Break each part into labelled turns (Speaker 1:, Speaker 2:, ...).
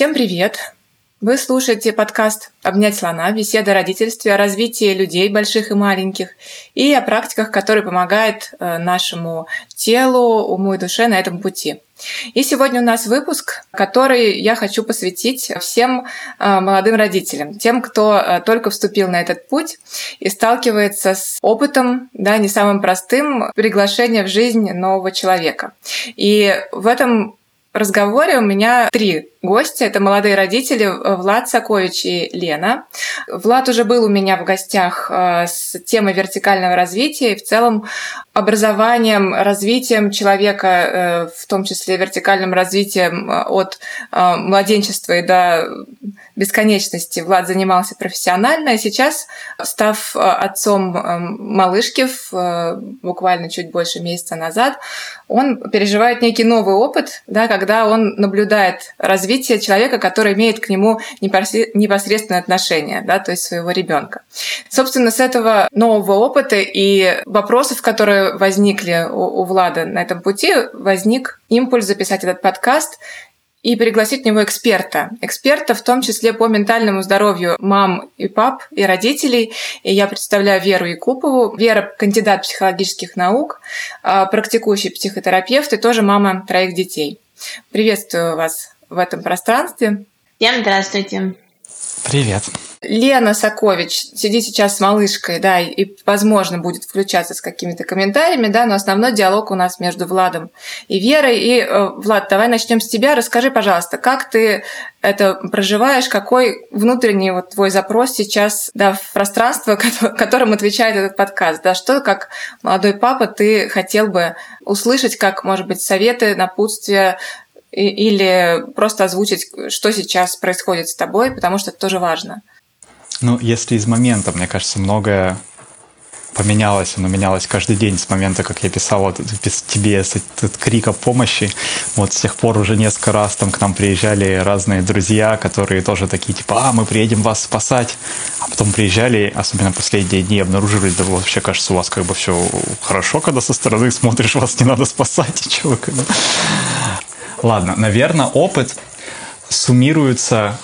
Speaker 1: Всем привет! Вы слушаете подкаст «Обнять слона», беседа о родительстве, о развитии людей, больших и маленьких, и о практиках, которые помогают нашему телу, уму и душе на этом пути. И сегодня у нас выпуск, который я хочу посвятить всем молодым родителям, тем, кто только вступил на этот путь и сталкивается с опытом, не самым простым, приглашения в жизнь нового человека. И в этом разговоре у меня 3 гостя. Это молодые родители Влад Сокович и Лена. Влад уже был у меня в гостях с темой вертикального развития и в целом образованием, развитием человека, в том числе вертикальным развитием от младенчества и до бесконечности. Влад занимался профессионально, и сейчас, став отцом малышки буквально чуть больше месяца назад, он переживает некий новый опыт, когда он наблюдает развитие человека, который имеет к нему непосредственное отношение, то есть своего ребенка. Собственно, с этого нового опыта и вопросов, которые возникли у Влада на этом пути, возник импульс записать этот подкаст и пригласить в него эксперта, в том числе по ментальному здоровью мам и пап и родителей. И я представляю Веру Якупову. Вера – кандидат психологических наук, практикующий психотерапевт и тоже мама 3 детей. Приветствую вас в этом пространстве.
Speaker 2: Всем здравствуйте.
Speaker 3: Привет.
Speaker 1: Лена Сокович сидит сейчас с малышкой, и, возможно, будет включаться с какими-то комментариями, но основной диалог у нас между Владом и Верой. И, Влад, давай начнем с тебя. Расскажи, пожалуйста, как ты это проживаешь, какой внутренний твой запрос сейчас в пространство, которым отвечает этот подкаст? Что, как молодой папа, ты хотел бы услышать, как, может быть, советы, напутствия, или просто озвучить, что сейчас происходит с тобой, потому что это тоже важно.
Speaker 3: Если из момента, мне кажется, многое поменялось, оно менялось каждый день с момента, как я писал тебе этот крик о помощи. С тех пор уже несколько раз к нам приезжали разные друзья, которые тоже такие, мы приедем вас спасать. А потом приезжали, особенно последние дни, обнаружили, вообще, кажется, у вас все хорошо, когда со стороны смотришь, вас не надо спасать. Ладно, наверное, опыт суммируется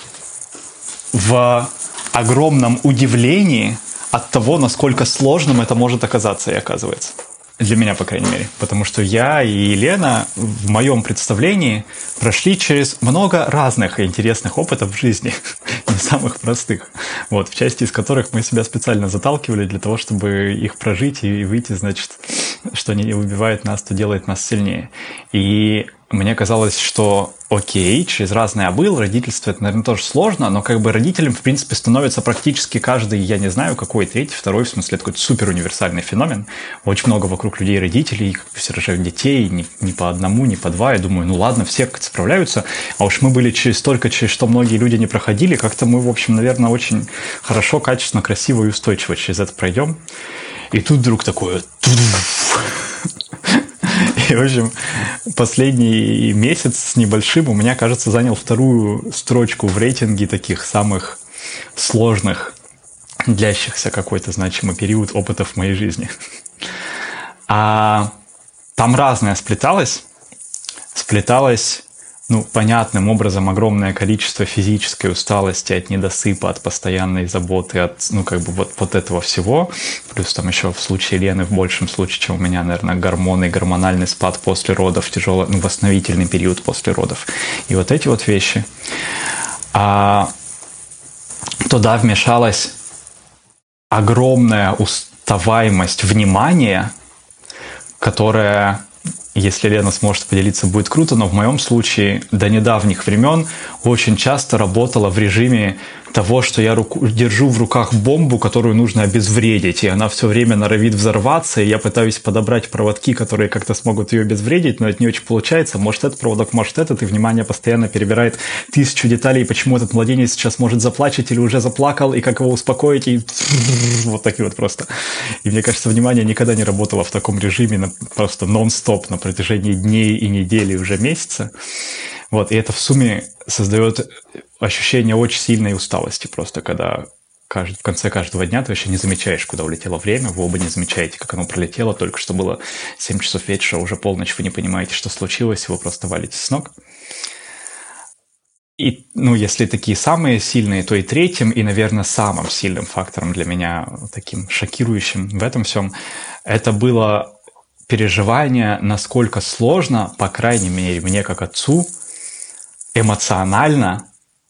Speaker 3: в огромном удивлении от того, насколько сложным это может оказаться и оказывается. Для меня, по крайней мере. Потому что я и Лена в моем представлении прошли через много разных и интересных опытов в жизни, не самых простых. В части из которых мы себя специально заталкивали для того, чтобы их прожить и выйти, что не убивает нас, то делает нас сильнее. И мне казалось, что окей, через разные обыл, родительство это, наверное, тоже сложно, но родителем, в принципе, становится практически каждый, я не знаю, какой, 3-й, 2-й, в смысле, это какой-то супер универсальный феномен. Очень много вокруг людей родителей, все рожают детей, не по одному, не по 2. Я думаю, ладно, все как-то справляются, а уж мы были через что многие люди не проходили, как-то мы, в общем, наверное, очень хорошо, качественно, красиво и устойчиво через это пройдем. И тут вдруг такое... И, в общем, последний месяц с небольшим у меня, кажется, занял 2-ю строчку в рейтинге таких самых сложных, длящихся какой-то значимый период опытов в моей жизни. А там разное сплеталось, понятным образом огромное количество физической усталости от недосыпа, от постоянной заботы, от, вот этого всего. Плюс там еще в случае Лены, в большем случае, чем у меня, наверное, гормональный спад после родов, тяжелый, восстановительный период после родов. И вот эти вещи. Туда вмешалась огромная уставаемость внимания, которая... Если Лена сможет поделиться, будет круто, но в моем случае до недавних времен очень часто работала в режиме того, что я держу в руках бомбу, которую нужно обезвредить, и она все время норовит взорваться, и я пытаюсь подобрать проводки, которые как-то смогут ее обезвредить, но это не очень получается. Может, этот проводок, может, этот, и внимание постоянно перебирает 1000 деталей, почему этот младенец сейчас может заплачет или уже заплакал, и как его успокоить, и вот такие просто. И мне кажется, внимание никогда не работало в таком режиме, просто нон-стоп на протяжении дней и недель, и уже месяца. И это в сумме создает ощущение очень сильной усталости, просто когда в конце каждого дня ты вообще не замечаешь, куда улетело время, вы оба не замечаете, как оно пролетело, только что было 7 часов вечера, уже полночь, вы не понимаете, что случилось, вы просто валитесь с ног. И, если такие самые сильные, то и третьим, и, наверное, самым сильным фактором для меня, таким шокирующим в этом всем, это было переживание, насколько сложно, по крайней мере, мне как отцу, эмоционально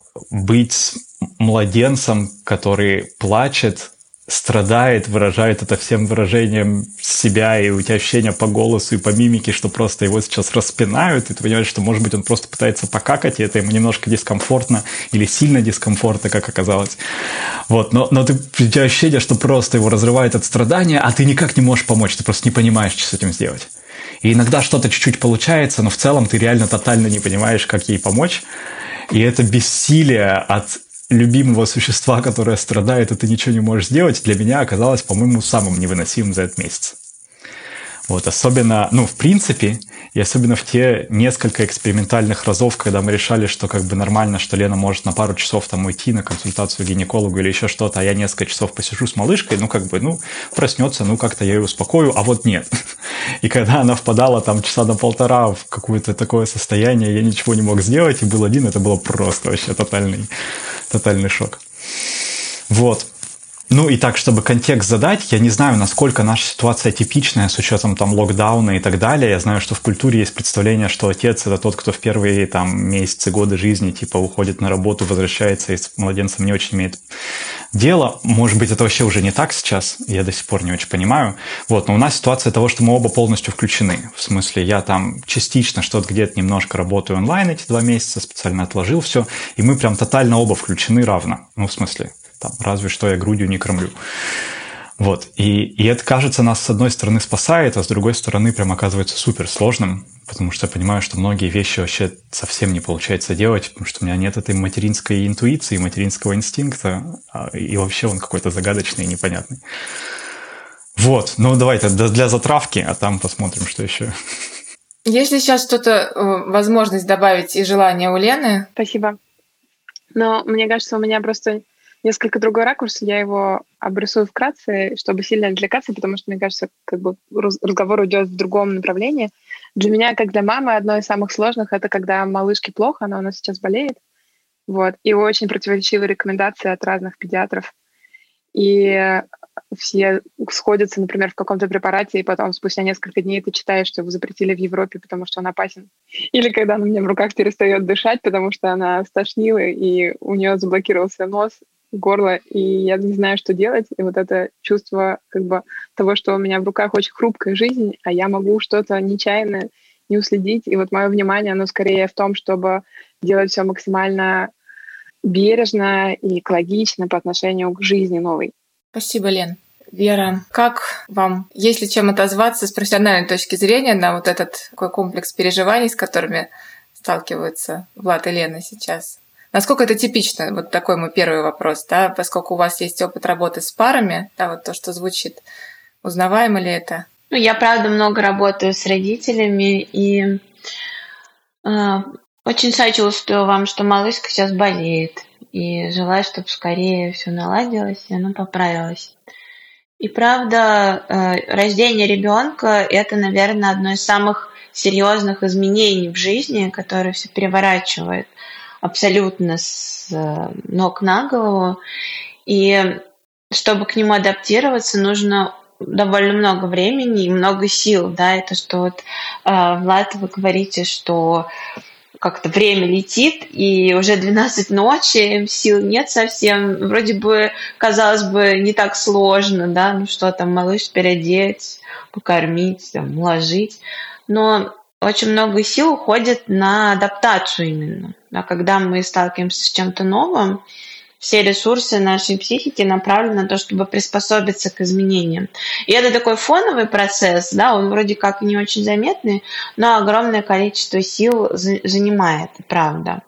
Speaker 3: быть младенцем, который плачет, страдает, выражает это всем выражением себя, и у тебя ощущение по голосу и по мимике, что просто его сейчас распинают, и ты понимаешь, что, может быть, он просто пытается покакать, и это ему немножко дискомфортно или сильно дискомфортно, как оказалось. Вот. Но у тебя ощущение, что просто его разрывает от страдания, а ты никак не можешь помочь, ты просто не понимаешь, что с этим сделать. И иногда что-то чуть-чуть получается, но в целом ты реально тотально не понимаешь, как ей помочь. И это бессилие от любимого существа, которое страдает, и ты ничего не можешь сделать, для меня оказалось, по-моему, самым невыносимым за этот месяц. Вот, особенно, в принципе, и особенно в те несколько экспериментальных разов, когда мы решали, что как бы нормально, что Лена может на пару часов там уйти на консультацию к гинекологу или еще что-то, а я несколько часов посижу с малышкой, проснется, как-то я ее успокою, а вот нет. И когда она впадала там часа на полтора в какое-то такое состояние, я ничего не мог сделать, и был один, это было просто вообще тотальный шок. Вот. И так, чтобы контекст задать, я не знаю, насколько наша ситуация типичная с учетом там локдауна и так далее. Я знаю, что в культуре есть представление, что отец – это тот, кто в первые месяцы, годы жизни уходит на работу, возвращается и с младенцем не очень имеет дело. Может быть, это вообще уже не так сейчас, я до сих пор не очень понимаю. Вот, но у нас ситуация того, что мы оба полностью включены. В смысле, я там частично что-то где-то немножко работаю онлайн эти 2 месяца, специально отложил все, и мы прям тотально оба включены равно. В смысле, разве что я грудью не кормлю. Вот. И это, кажется, нас с одной стороны спасает, а с другой стороны прям оказывается супер сложным, потому что я понимаю, что многие вещи вообще совсем не получается делать, потому что у меня нет этой материнской интуиции, материнского инстинкта, и вообще он какой-то загадочный и непонятный. Вот. Давайте для затравки, а там посмотрим, что еще.
Speaker 1: Есть ли сейчас что-то, возможность добавить и желание у Лены?
Speaker 2: Спасибо. Но мне кажется, у меня просто несколько другой ракурс, я его обрисую вкратце, чтобы сильно отвлекаться, потому что, мне кажется, разговор уйдет в другом направлении. Для меня, как для мамы, одно из самых сложных — это когда малышке плохо, она у нас сейчас болеет, и очень противоречивые рекомендации от разных педиатров. И все сходятся, например, в каком-то препарате, и потом спустя несколько дней ты читаешь, что его запретили в Европе, потому что он опасен. Или когда она у меня в руках перестает дышать, потому что она стошнила, и у нее заблокировался нос, горло, и я не знаю, что делать. И вот это чувство того, что у меня в руках очень хрупкая жизнь, а я могу что-то нечаянно не уследить. И вот мое внимание, оно скорее в том, чтобы делать все максимально бережно и экологично по отношению к жизни новой.
Speaker 1: Спасибо, Лен. Вера, как вам, есть ли чем отозваться с профессиональной точки зрения на вот этот такой комплекс переживаний, с которыми сталкиваются Влад и Лена сейчас? Насколько это типично? Вот такой мой первый вопрос, поскольку у вас есть опыт работы с парами, вот то, что звучит, узнаваемо ли это?
Speaker 4: Я, правда, много работаю с родителями, и очень сочувствую вам, что малышка сейчас болеет, и желаю, чтобы скорее все наладилось, и оно поправилось. И правда, рождение ребенка – это, наверное, одно из самых серьезных изменений в жизни, которое все переворачивает абсолютно с ног на голову. И чтобы к нему адаптироваться, нужно довольно много времени и много сил. Это что Влад, вы говорите, что как-то время летит, и уже 12 ночи, сил нет совсем. Вроде бы, казалось бы, не так сложно, что там малыш переодеть, покормить, уложить. Но очень много сил уходит на адаптацию именно. Когда мы сталкиваемся с чем-то новым, все ресурсы нашей психики направлены на то, чтобы приспособиться к изменениям. И это такой фоновый процесс, он вроде как не очень заметный, но огромное количество сил занимает, правда.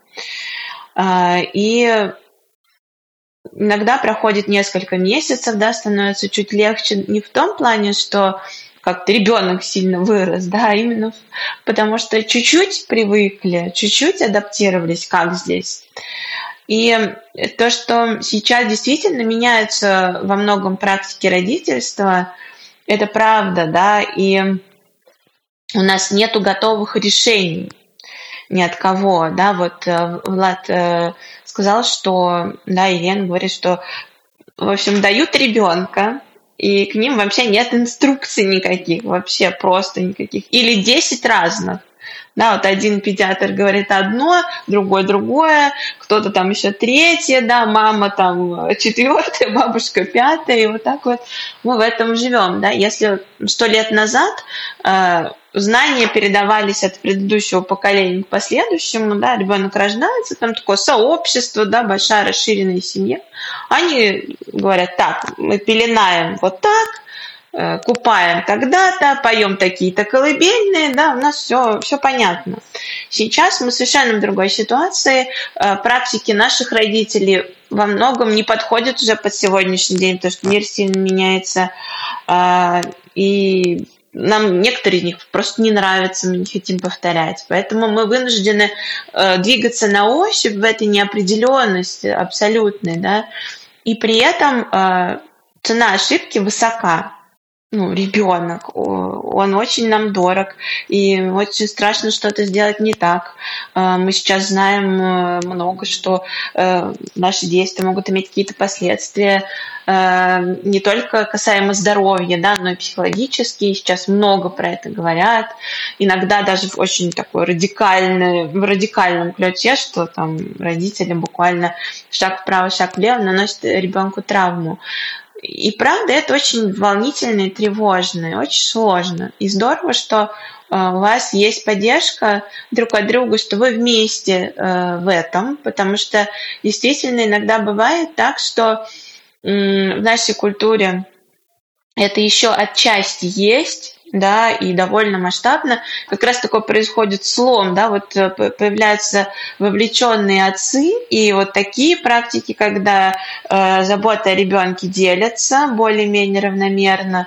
Speaker 4: И иногда проходит несколько месяцев, становится чуть легче не в том плане, что как-то ребенок сильно вырос, именно потому что чуть-чуть привыкли, чуть-чуть адаптировались, как здесь. И то, что сейчас действительно меняется во многом практики родительства, это правда, и у нас нету готовых решений. ни от кого, да, вот Влад сказал, что, да, Елена говорит, что, в общем, дают ребенка, и к ним вообще нет инструкций никаких, вообще просто никаких, или 10 разных. Да, вот один педиатр говорит одно, другой другое, кто-то там еще третье, да, мама там четвертая, бабушка пятая, и вот так вот мы в этом живем, да. Если 100 лет назад знания передавались от предыдущего поколения к последующему, да, ребенок рождается, там такое сообщество, да, большая расширенная семья, они говорят, так, мы пеленаем вот так, купаем когда-то, поем такие-то колыбельные, да, у нас все понятно. Сейчас мы совершенно в другой ситуации. Практики наших родителей во многом не подходят уже под сегодняшний день, потому что мир сильно меняется, и нам некоторые из них просто не нравятся, мы не хотим повторять. Поэтому мы вынуждены двигаться на ощупь в этой неопределенности абсолютной, да, и при этом цена ошибки высока. Ребенок, он очень нам дорог, и очень страшно что-то сделать не так. Мы сейчас знаем много, что наши действия могут иметь какие-то последствия, не только касаемо здоровья, да, но и психологические. Сейчас много про это говорят. Иногда даже в очень такой радикальном ключе, что там родители буквально шаг вправо, шаг влево наносят ребенку травму. И правда, это очень волнительно и тревожно, и очень сложно. И здорово, что у вас есть поддержка друг от друга, что вы вместе в этом, потому что действительно иногда бывает так, что в нашей культуре это еще отчасти есть, да, и довольно масштабно, как раз такой происходит слом, да, вот появляются вовлеченные отцы, и вот такие практики, когда забота о ребенке делятся более-менее равномерно.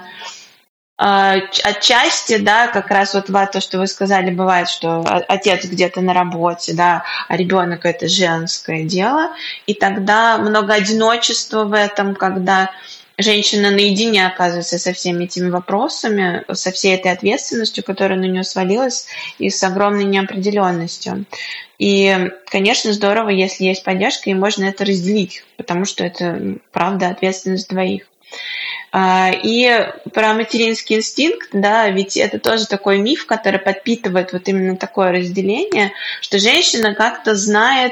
Speaker 4: Отчасти, да, как раз вот то, что вы сказали, бывает, что отец где-то на работе, да, а ребенок это женское дело, и тогда много одиночества в этом, когда женщина наедине оказывается со всеми этими вопросами, со всей этой ответственностью, которая на нее свалилась, и с огромной неопределенностью. И, конечно, здорово, если есть поддержка, и можно это разделить, потому что это, правда, ответственность двоих. И про материнский инстинкт, да, ведь это тоже такой миф, который подпитывает вот именно такое разделение, что женщина как-то знает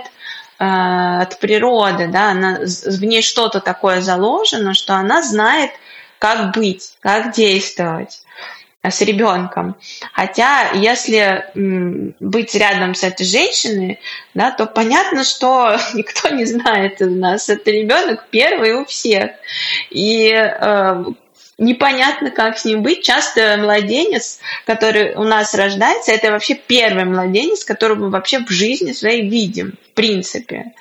Speaker 4: от природы, да, в ней что-то такое заложено, что она знает, как быть, как действовать с ребенком. Хотя, если быть рядом с этой женщиной, да, то понятно, что никто не знает из нас. Это ребенок первый у всех. И непонятно, как с ним быть. Часто младенец, который у нас рождается, это вообще первый младенец, которого мы вообще в жизни своей видим, в принципе.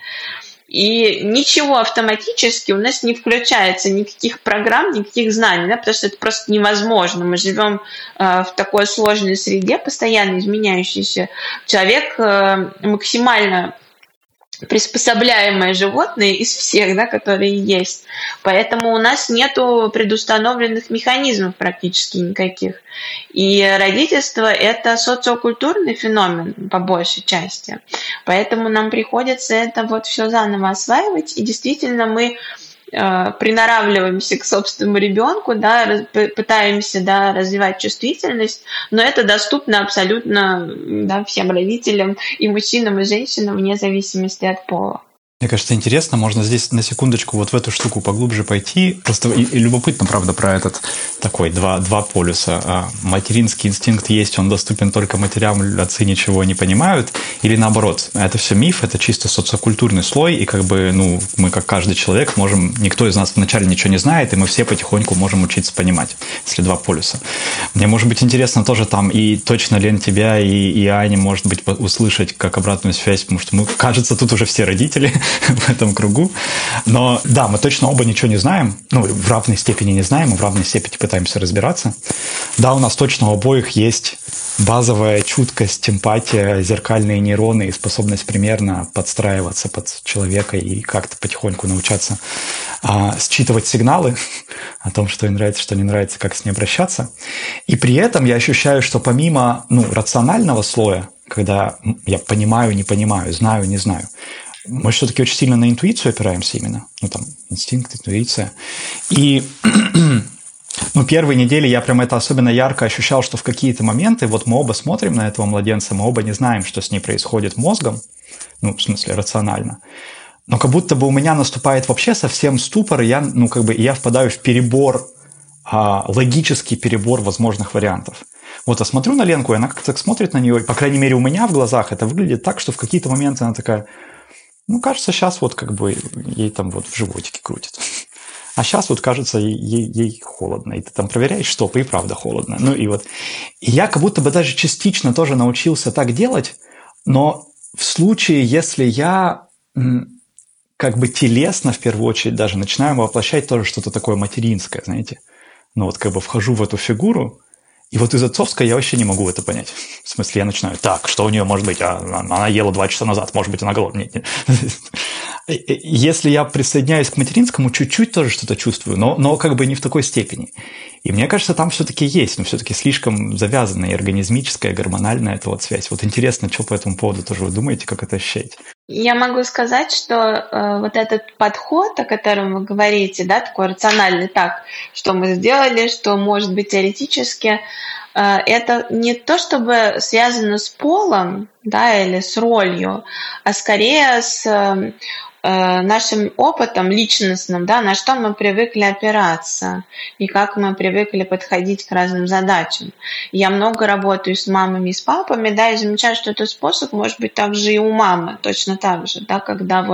Speaker 4: И ничего автоматически у нас не включается, никаких программ, никаких знаний, да, потому что это просто невозможно. Мы живем в такой сложной среде, постоянно изменяющейся. Человек максимально приспособляемое животное из всех, да, которые есть. Поэтому у нас нету предустановленных механизмов практически никаких. И родительство – это социокультурный феномен по большей части. Поэтому нам приходится это вот все заново осваивать. И действительно мы приноравливаемся к собственному ребенку, да, пытаемся, да, развивать чувствительность, но это доступно абсолютно, да, всем родителям, и мужчинам, и женщинам, вне зависимости от пола.
Speaker 3: Мне кажется, интересно, можно здесь на секундочку вот в эту штуку поглубже пойти. Просто и любопытно, правда, про этот такой два полюса. Материнский инстинкт есть, он доступен только матерям, отцы ничего не понимают. Или наоборот, это все миф, это чисто социокультурный слой, и как бы, мы как каждый человек можем, никто из нас вначале ничего не знает, и мы все потихоньку можем учиться понимать, если два полюса. Мне, может быть, интересно тоже там, и точно, Лен, тебя и Ани, может быть, услышать как обратную связь, потому что мы, кажется, тут уже все родители в этом кругу. Но да, мы точно оба ничего не знаем. В равной степени не знаем, мы в равной степени пытаемся разбираться. Да, у нас точно у обоих есть базовая чуткость, эмпатия, зеркальные нейроны и способность примерно подстраиваться под человека и как-то потихоньку научаться считывать сигналы о том, что им нравится, что не нравится, как с ней обращаться. И при этом я ощущаю, что помимо рационального слоя, когда я понимаю, не понимаю, знаю, не знаю. Мы все-таки очень сильно на интуицию опираемся именно. Там инстинкт, интуиция. И первые недели я прям это особенно ярко ощущал, что в какие-то моменты вот мы оба смотрим на этого младенца, мы оба не знаем, что с ней происходит мозгом, в смысле рационально. Но как будто бы у меня наступает вообще совсем ступор, и я впадаю в перебор, логический перебор возможных вариантов. А смотрю на Ленку, и она как-то смотрит на нее, и, по крайней мере, у меня в глазах это выглядит так, что в какие-то моменты она такая, кажется, сейчас ей там в животике крутит. А сейчас кажется, ей холодно. И ты там проверяешь, что и правда холодно. И я как будто бы даже частично тоже научился так делать, но в случае, если я телесно, в первую очередь, даже начинаю воплощать тоже что-то такое материнское, знаете. Вхожу в эту фигуру, и из отцовской я вообще не могу это понять. В смысле, я начинаю, так, что у нее может быть? Она ела 2 часа назад, может быть, она голодная. Нет. Если я присоединяюсь к материнскому, чуть-чуть тоже что-то чувствую, но не в такой степени. И мне кажется, там все-таки есть, но все-таки слишком завязанная и организмическая, гормональная эта связь. Интересно, что по этому поводу тоже вы думаете, как это ощущаете?
Speaker 4: Я могу сказать, что вот этот подход, о котором вы говорите, да, такой рациональный, так, что мы сделали, что может быть теоретически, это не то, чтобы связано с полом, да, или с ролью, а скорее с нашим опытом личностным, да, на что мы привыкли опираться и как мы привыкли подходить к разным задачам. Я много работаю с мамами и с папами, да, и замечаю, что этот способ может быть также и у мамы, точно так же, да, когда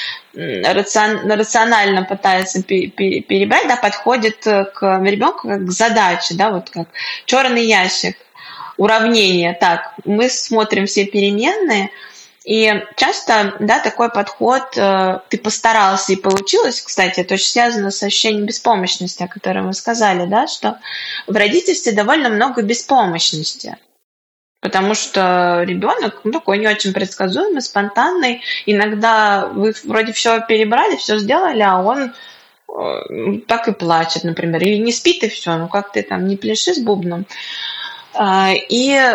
Speaker 4: рационально пытается перебрать, да, подходит к ребенку как к задаче, да, как черный ящик, уравнение. Так, мы смотрим все переменные. И часто, да, такой подход, ты постарался и получилось, кстати, это очень связано с ощущением беспомощности, о котором вы сказали, да, что в родительстве довольно много беспомощности, потому что ребенок такой не очень предсказуемый, спонтанный, иногда вы вроде все перебрали, все сделали, а он так и плачет, например, или не спит и все, как ты там не пляши с бубном. И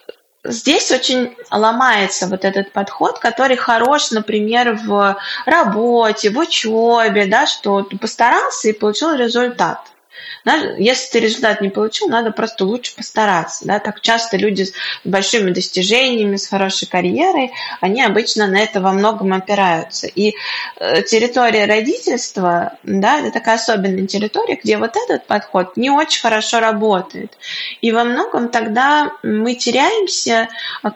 Speaker 4: здесь очень ломается этот подход, который хорош, например, в работе, в учебе, да, что ты постарался и получил результат. Если ты результат не получил, надо просто лучше постараться. Да? Так часто люди с большими достижениями, с хорошей карьерой, они обычно на это во многом опираются. И территория родительства, да, это такая особенная территория, где этот подход не очень хорошо работает. И во многом тогда мы теряемся,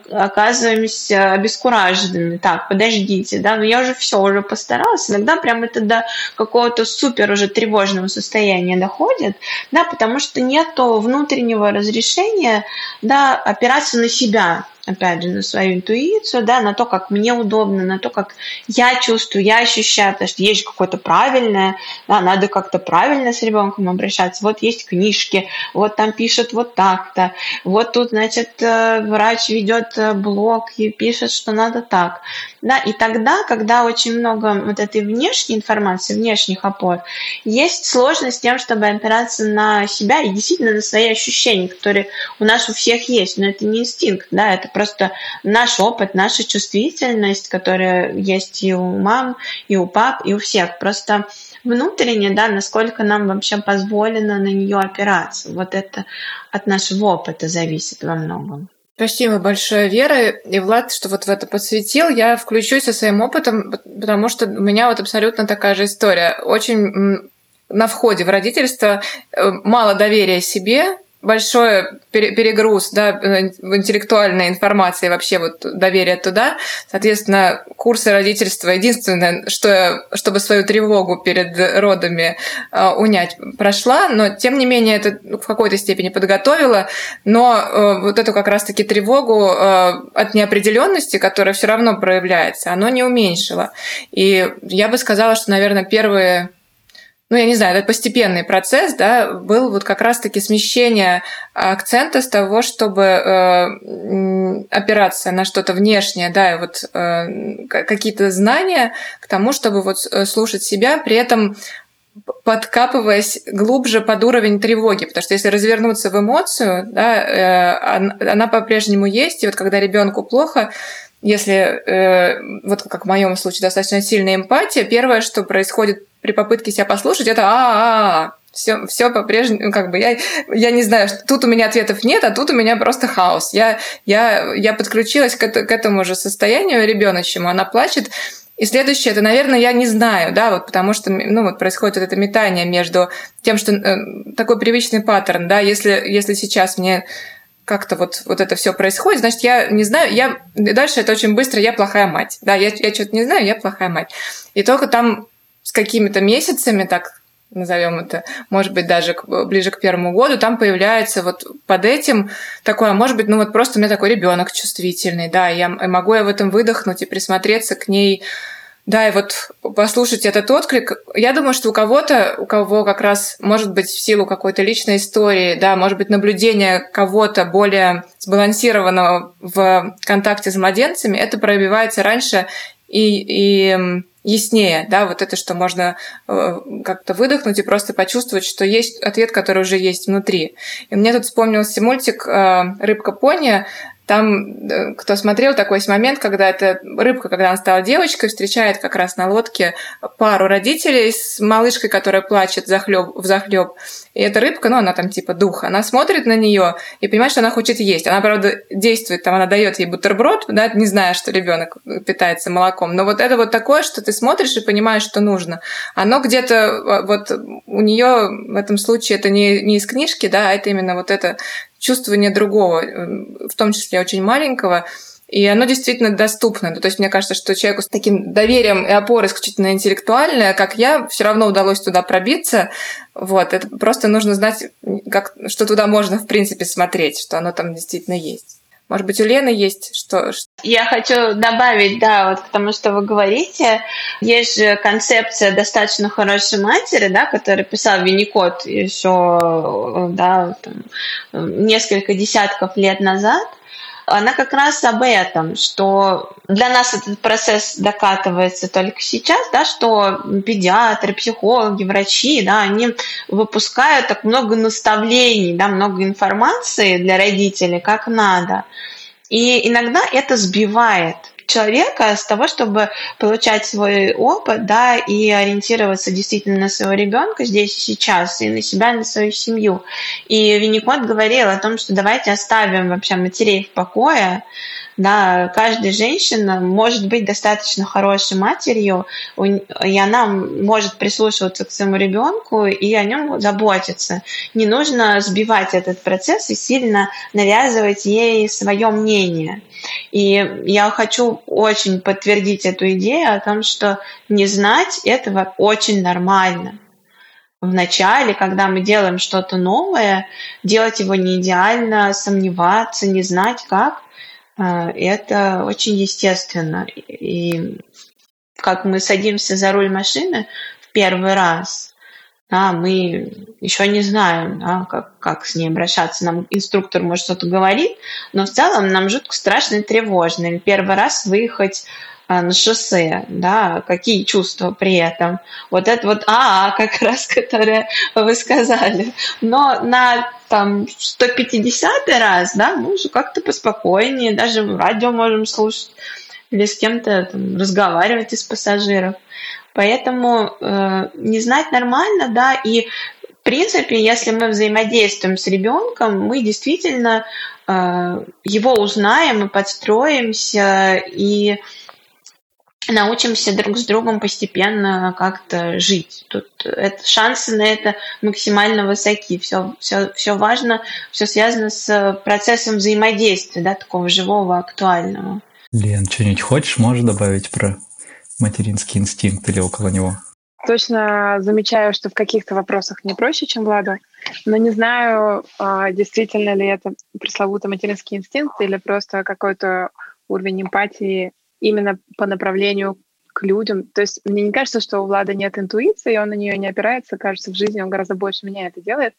Speaker 4: оказываемся обескураженными. Так, подождите, да, я уже постаралась. Иногда прям это до какого-то супер уже тревожного состояния доходит, да, потому что нету внутреннего разрешения, да, опираться на себя, опять же, на свою интуицию, да, на то, как мне удобно, на то, как я чувствую, я ощущаю, потому что есть какое-то правильное, да, надо как-то правильно с ребенком обращаться. Есть книжки, там пишет так-то, тут, значит, врач ведет блог и пишет, что надо так. Да, и тогда, когда очень много этой внешней информации, внешних опор, есть сложность с тем, чтобы опираться на себя и действительно на свои ощущения, которые у нас у всех есть, но это не инстинкт, да, это просто наш опыт, наша чувствительность, которая есть и у мам, и у пап, и у всех. Просто внутренне, да, насколько нам вообще позволено на нее опираться. Это от нашего опыта зависит во многом.
Speaker 1: Спасибо большое, Вера. И Влад, что в это подсветил. Я включусь со своим опытом, потому что у меня абсолютно такая же история. Очень на входе в родительство мало доверия себе, большой перегруз, да, в интеллектуальной информации, вообще доверие туда. Соответственно, курсы родительства единственное, чтобы свою тревогу перед родами унять, прошла, но тем не менее это в какой-то степени подготовила, но эту как раз-таки тревогу от неопределенности, которая все равно проявляется, оно не уменьшило. И я бы сказала, что, наверное, первые... я не знаю, это постепенный процесс, да, был как раз-таки смещение акцента с того, чтобы опираться на что-то внешнее, да, и какие-то знания к тому, чтобы слушать себя, при этом подкапываясь глубже под уровень тревоги, потому что если развернуться в эмоцию, да, она по-прежнему есть, и вот когда ребенку плохо, если, вот как в моем случае, достаточно сильная эмпатия, первое, что происходит при попытке себя послушать, это все по-прежнему, как бы я не знаю, тут у меня ответов нет, а тут у меня просто хаос. Я подключилась к этому же состоянию ребеночему, она плачет. И следующее, это, наверное, я не знаю, да, вот потому что, вот происходит вот это метание между тем, что такой привычный паттерн, да, если сейчас мне как-то вот это все происходит, значит, я не знаю, дальше это очень быстро, я плохая мать, да, я что-то не знаю, я плохая мать. И только там с какими-то месяцами, так назовем это, может быть, даже ближе к 1 году, там появляется вот под этим такое, может быть, просто у меня такой ребенок чувствительный, да, и могу я в этом выдохнуть и присмотреться к ней, да, и вот послушать этот отклик. Я думаю, что у кого как раз, может быть, в силу какой-то личной истории, да, может быть, наблюдение кого-то более сбалансированного в контакте с младенцами, это пробивается раньше и яснее, да, вот это, что можно как-то выдохнуть и просто почувствовать, что есть ответ, который уже есть внутри. И мне тут вспомнился мультик «Рыбка-пони». Там, кто смотрел, такой есть момент, когда эта рыбка, когда она стала девочкой, встречает как раз на лодке пару родителей с малышкой, которая плачет взахлёб. И эта рыбка, она там типа дух, она смотрит на нее и понимает, что она хочет есть. Она, правда, действует, там она дает ей бутерброд, да, не зная, что ребенок питается молоком. Но вот это вот такое, что ты смотришь и понимаешь, что нужно. Оно где-то вот у нее в этом случае это не из книжки, да, а это именно вот это чувствование другого, в том числе очень маленького, и оно действительно доступно. То есть мне кажется, что человеку с таким доверием и опорой исключительно интеллектуальной, как я, все равно удалось туда пробиться. Вот. Это просто нужно знать, что туда можно в принципе смотреть, что оно там действительно есть. Может быть, у Лены есть что?
Speaker 4: Я хочу добавить, да, вот к тому, что вы говорите. Есть же концепция достаточно хорошей матери, да, которую писал Винникот еще, да, несколько десятков лет назад. Она как раз об этом, что для нас этот процесс докатывается только сейчас, да, что педиатры, психологи, врачи, да, они выпускают так много наставлений, да, много информации для родителей, как надо. И иногда это сбивает человека с того, чтобы получать свой опыт, да, и ориентироваться действительно на своего ребенка здесь и сейчас, и на себя, и на свою семью. И Винникот говорил о том, что давайте оставим вообще матерей в покое. Да, каждая женщина может быть достаточно хорошей матерью, и она может прислушиваться к своему ребенку и о нем заботиться. Не нужно сбивать этот процесс и сильно навязывать ей свое мнение. И я хочу очень подтвердить эту идею о том, что не знать этого очень нормально. Вначале, когда мы делаем что-то новое, делать его не идеально, сомневаться, не знать как, это очень естественно. И как мы садимся за руль машины в первый раз, да, мы еще не знаем, да, как с ней обращаться. Нам инструктор может что-то говорить, но в целом нам жутко страшно и тревожно. Или первый раз выехать на шоссе, да, какие чувства при этом. Вот это вот как раз, которое вы сказали. Но на 150-й раз, да, мы уже как-то поспокойнее, даже радио можем слушать или с кем-то разговаривать из пассажиров. Поэтому не знать нормально, да, и в принципе, если мы взаимодействуем с ребенком, мы действительно его узнаем и подстроимся, и научимся друг с другом постепенно как-то жить. Тут шансы на это максимально высоки. Все важно, все связано с процессом взаимодействия, да, такого живого, актуального.
Speaker 3: Лен, что-нибудь хочешь, можешь добавить про материнский инстинкт или около него?
Speaker 2: Точно замечаю, что в каких-то вопросах не проще, чем Владу, но не знаю, действительно ли это пресловутый материнский инстинкт или просто какой-то уровень эмпатии именно по направлению к людям. То есть мне не кажется, что у Влада нет интуиции, он на нее не опирается. Кажется, в жизни он гораздо больше меня это делает.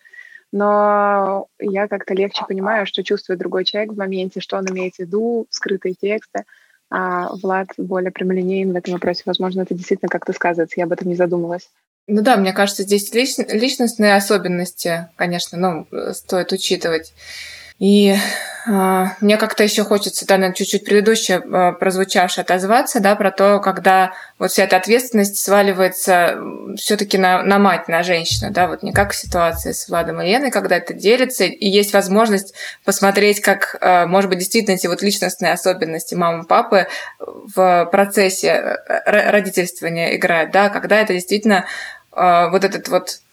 Speaker 2: Но я как-то легче понимаю, что чувствует другой человек в моменте, что он имеет в виду, скрытые тексты. А Влад более прямолинейен в этом вопросе. Возможно, это действительно как-то сказывается. Я об этом не задумывалась.
Speaker 1: Ну да, мне кажется, здесь личностные особенности, конечно, стоит учитывать. И мне как-то еще хочется, да, на чуть-чуть предыдущее прозвучавшее отозваться, да, про то, когда вот вся эта ответственность сваливается все-таки на мать, на женщину, да, вот не как в ситуации с Владом и Леной, когда это делится, и есть возможность посмотреть, как, может быть, действительно эти вот личностные особенности мамы и папы в процессе родительствования играют, да, когда это действительно вот этот вот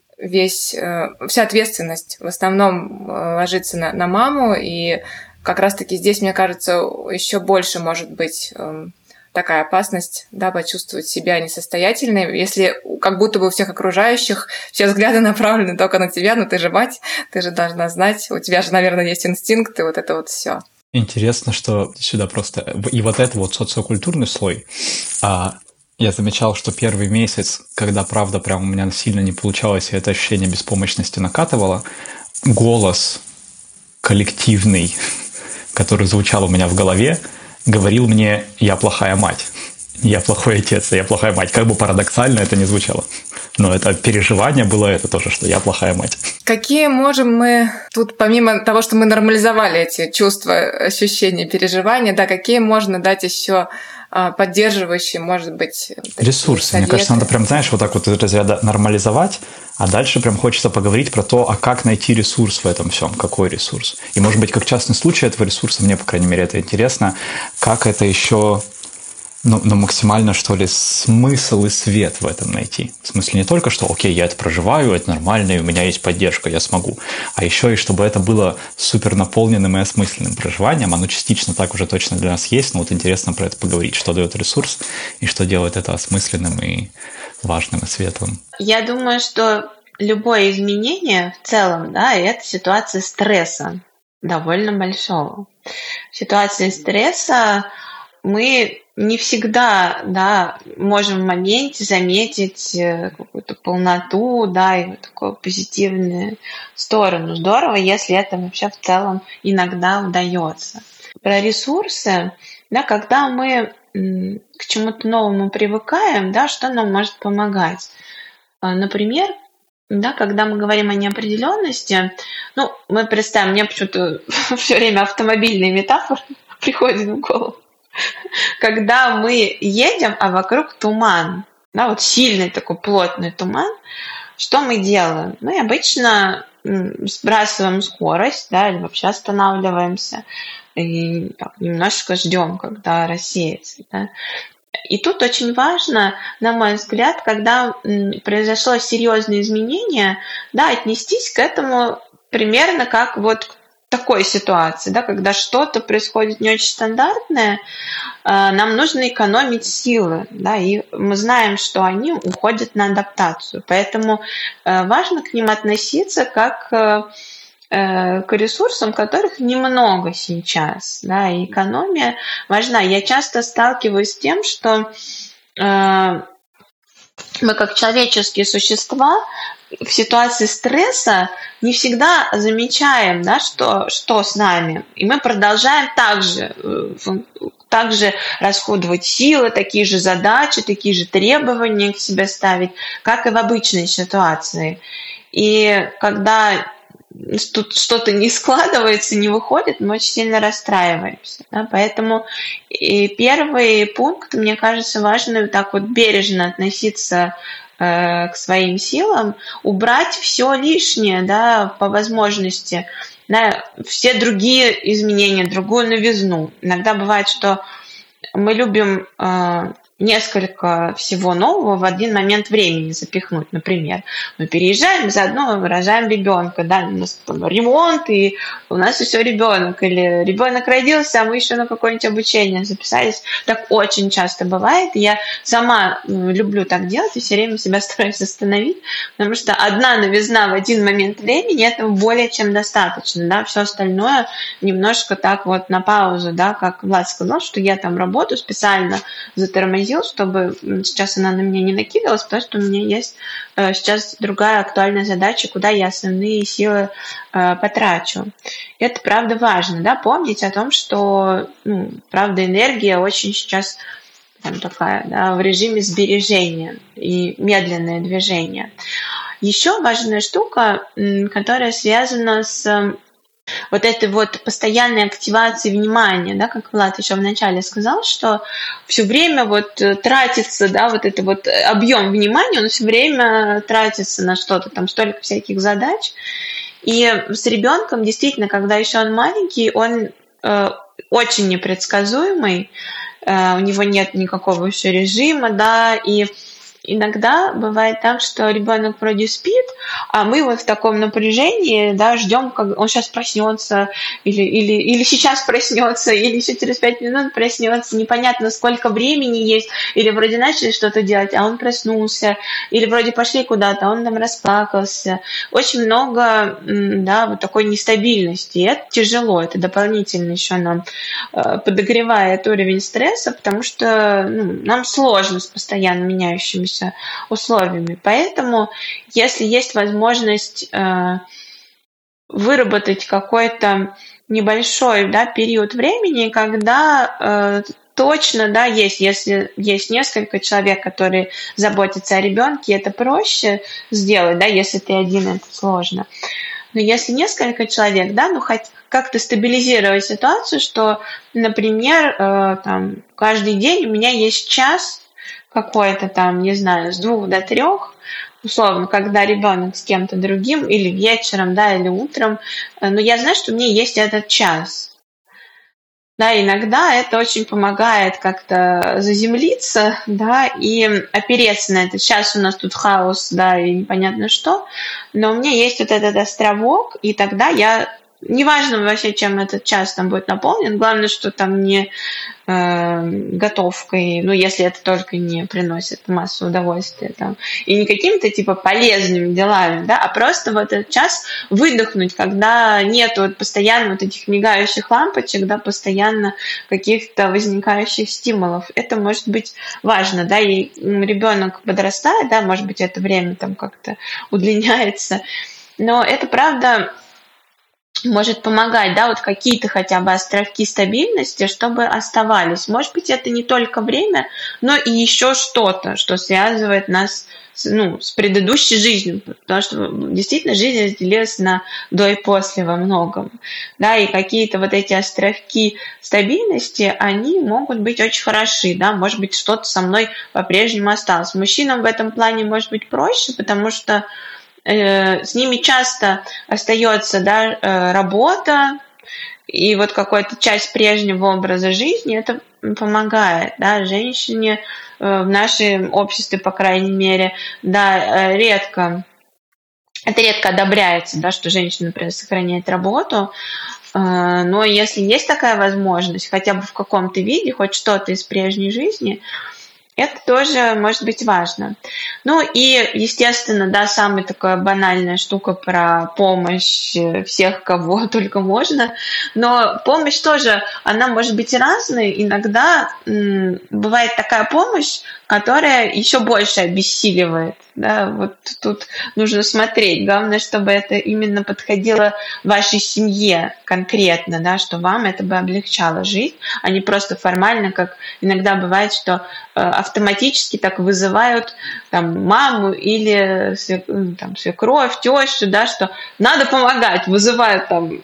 Speaker 1: вся ответственность в основном ложится на маму, и как раз-таки здесь, мне кажется, еще больше может быть такая опасность, да, почувствовать себя несостоятельной, если как будто бы у всех окружающих все взгляды направлены только на тебя, ну ты же мать, ты же должна знать, у тебя же, наверное, есть инстинкт, и вот это вот все.
Speaker 3: Интересно, что сюда просто... И вот это вот социокультурный слой, я замечал, что первый месяц, когда, правда, прям у меня сильно не получалось, и это ощущение беспомощности накатывало, голос коллективный, который звучал у меня в голове, говорил мне: «Я плохая мать, я плохой отец, я плохая мать». Как бы парадоксально это ни звучало. Но это переживание было это тоже, что я плохая мать.
Speaker 1: Какие можем мы тут, помимо того, что мы нормализовали эти чувства, ощущения, переживания, да, какие можно дать еще поддерживающие, может быть,
Speaker 3: ресурсы.
Speaker 1: советы?
Speaker 3: Мне кажется, надо прям, знаешь, вот так вот из разряда нормализовать, а дальше прям хочется поговорить про то, а как найти ресурс в этом всем, какой ресурс. И, может быть, как частный случай этого ресурса, мне, по крайней мере, это интересно, как это еще... максимально, что ли, смысл и свет в этом найти. В смысле не только, что окей, я это проживаю, это нормально, и у меня есть поддержка, я смогу. А еще и чтобы это было супер наполненным и осмысленным проживанием. Оно частично так уже точно для нас есть, но вот интересно про это поговорить, что дает ресурс и что делает это осмысленным и важным и светлым.
Speaker 4: Я думаю, что любое изменение в целом, да, это ситуация стресса довольно большого. В ситуации стресса мы не всегда, да, можем в моменте заметить какую-то полноту, да, и вот такую позитивную сторону. Здорово, если это вообще в целом иногда удается. Про ресурсы, да, когда мы к чему-то новому привыкаем, да, что нам может помогать? Например, да, когда мы говорим о неопределенности, мы представим, мне почему-то все время автомобильные метафоры приходят в голову. Когда мы едем, а вокруг туман, да, вот сильный такой плотный туман, что мы делаем? Мы обычно сбрасываем скорость, да, или вообще останавливаемся и немножечко ждем, когда рассеется. Да. И тут очень важно, на мой взгляд, когда произошло серьезное изменение, да, отнестись к этому примерно как вот к такой ситуации, да, когда что-то происходит не очень стандартное, нам нужно экономить силы, да, и мы знаем, что они уходят на адаптацию, поэтому важно к ним относиться как к ресурсам, которых немного сейчас, да, и экономия важна. Я часто сталкиваюсь с тем, что мы как человеческие существа в ситуации стресса не всегда замечаем, да, что с нами. И мы продолжаем также расходовать силы, такие же задачи, такие же требования к себе ставить, как и в обычной ситуации. И когда тут что-то не складывается, не выходит, мы очень сильно расстраиваемся. Да? Поэтому и первый пункт, мне кажется, важно так вот бережно относиться к своим силам, убрать все лишнее, да, по возможности, да, все другие изменения, другую новизну. Иногда бывает, что мы любим несколько всего нового в один момент времени запихнуть. Например, мы переезжаем, заодно рожаем ребенка, да, у нас там ремонт, и у нас еще ребенок, или ребенок родился, а мы еще на какое-нибудь обучение записались. Так очень часто бывает, и я сама люблю так делать, и все время себя стараюсь остановить, потому что одна новизна в один момент времени этого более чем достаточно, да, все остальное немножко так вот на паузу, да, как Влад сказал, что я там работаю специально, затормозил, чтобы сейчас она на меня не накидывалась, потому что у меня есть сейчас другая актуальная задача, куда я основные силы потрачу. Это правда важно, да, помнить о том, что, правда, энергия очень сейчас там такая, да, в режиме сбережения и медленное движение. Еще важная штука, которая связана с вот этой вот постоянной активацией внимания, да, как Влад еще вначале сказал, что все время вот тратится, да, вот это вот объем внимания, он все время тратится на что-то, там столько всяких задач. И с ребенком действительно, когда еще он маленький, он очень непредсказуемый, у него нет никакого еще режима, да, и иногда бывает так, что ребенок вроде спит, а мы вот в таком напряжении, да, ждем, как он сейчас проснется, или сейчас проснется, или еще через 5 минут проснется, непонятно, сколько времени есть, или вроде начали что-то делать, а он проснулся, или вроде пошли куда-то, а он там расплакался. Очень много, да, вот такой нестабильности, и это тяжело, это дополнительно еще нам подогревает уровень стресса, потому что нам сложно с постоянно меняющимися условиями. Поэтому, если есть возможность выработать какой-то небольшой, да, период времени, когда точно, да, если есть несколько человек, которые заботятся о ребенке, это проще сделать, да, если ты один, это сложно. Но если несколько человек, да, хоть как-то стабилизировать ситуацию, что, например, там, каждый день у меня есть час какой-то там, не знаю, с 2 до 3, условно, когда ребенок с кем-то другим, или вечером, да, или утром, но я знаю, что у меня есть этот час. Да, иногда это очень помогает как-то заземлиться, да, и опереться на это. Сейчас у нас тут хаос, да, и непонятно что, но у меня есть вот этот островок, и тогда неважно вообще, чем этот час там будет наполнен, главное, что там не готовкой, если это только не приносит массу удовольствия, там, и не какими-то типа полезными делами, да, а просто вот этот час выдохнуть, когда нет вот постоянно вот этих мигающих лампочек, да, постоянно каких-то возникающих стимулов. Это может быть важно, да, и ребенок подрастает, да, может быть, это время там как-то удлиняется, но это правда может помогать, да, вот какие-то хотя бы островки стабильности, чтобы оставались. Может быть, это не только время, но и еще что-то, что связывает нас с предыдущей жизнью, потому что действительно жизнь разделилась на до и после во многом, да, и какие-то вот эти островки стабильности, они могут быть очень хороши, да, может быть, что-то со мной по-прежнему осталось. Мужчинам в этом плане может быть проще, потому что с ними часто остается, да, работа, и вот какая-то часть прежнего образа жизни, это помогает, да, женщине в нашем обществе, по крайней мере, да, редко одобряется, да, что женщина, например, сохраняет работу, но если есть такая возможность, хотя бы в каком-то виде, хоть что-то из прежней жизни, это тоже может быть важно. И, естественно, да, самая такая банальная штука про помощь всех, кого только можно. Но помощь тоже, она может быть разной. Иногда бывает такая помощь, которая еще больше обессиливает. Да, вот тут нужно смотреть. Главное, чтобы это именно подходило вашей семье конкретно, да, что вам это бы облегчало жизнь, а не просто формально, как иногда бывает, что автоматически так вызывают там маму или там свекровь, тещу, да, что надо помогать, вызывают там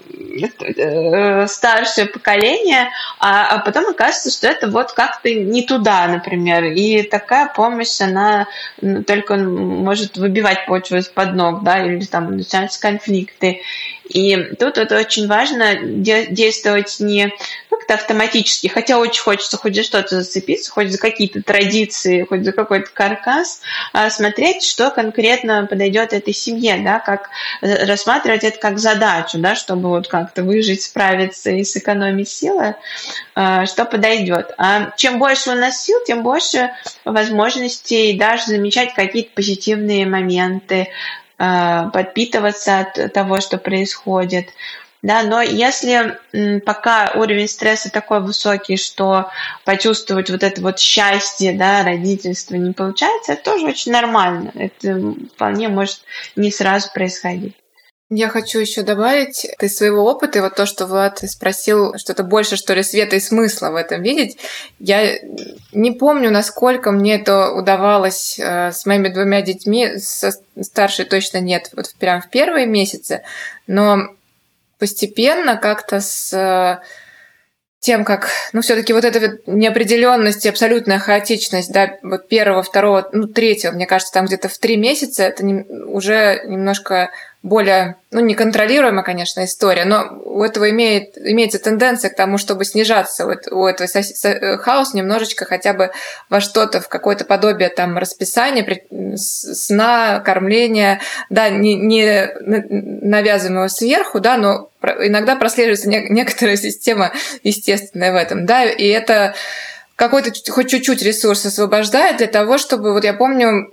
Speaker 4: старшее поколение, а потом оказывается, что это вот как-то не туда, например, и такая помощь, она только может выбивать почву из-под ног, да, или там начинаются конфликты. И тут это очень важно действовать не как-то автоматически, хотя очень хочется хоть за что-то зацепиться, хоть за какие-то традиции, хоть за какой-то каркас, а смотреть, что конкретно подойдет этой семье, да, как рассматривать это как задачу, да, чтобы вот как-то выжить, справиться и сэкономить силы, что подойдет. А чем больше у нас сил, тем больше возможностей даже замечать какие-то позитивные моменты, подпитываться от того, что происходит. Да, но если пока уровень стресса такой высокий, что почувствовать вот это вот счастье, да, родительство не получается, это тоже очень нормально. Это вполне может не сразу происходить.
Speaker 1: Я хочу еще добавить из своего опыта, и вот то, что Влад спросил, что-то больше, что ли, света и смысла в этом видеть. Я не помню, насколько мне это удавалось с моими 2 детьми, со старшей точно нет, вот прям в первые месяцы, но постепенно как-то с тем, как, все-таки вот эта вот неопределенность и абсолютная хаотичность, да, вот первого, второго, третьего, мне кажется, там где-то в 3 месяца это уже немножко более, неконтролируемая, конечно, история, но у этого имеется тенденция к тому, чтобы снижаться у этого хаос немножечко хотя бы во что-то, в какое-то подобие там расписания, сна, кормления, да, не навязываемого сверху, да, но иногда прослеживается некоторая система естественная в этом, да, и это какой-то хоть чуть-чуть ресурс освобождает для того, чтобы, вот я помню,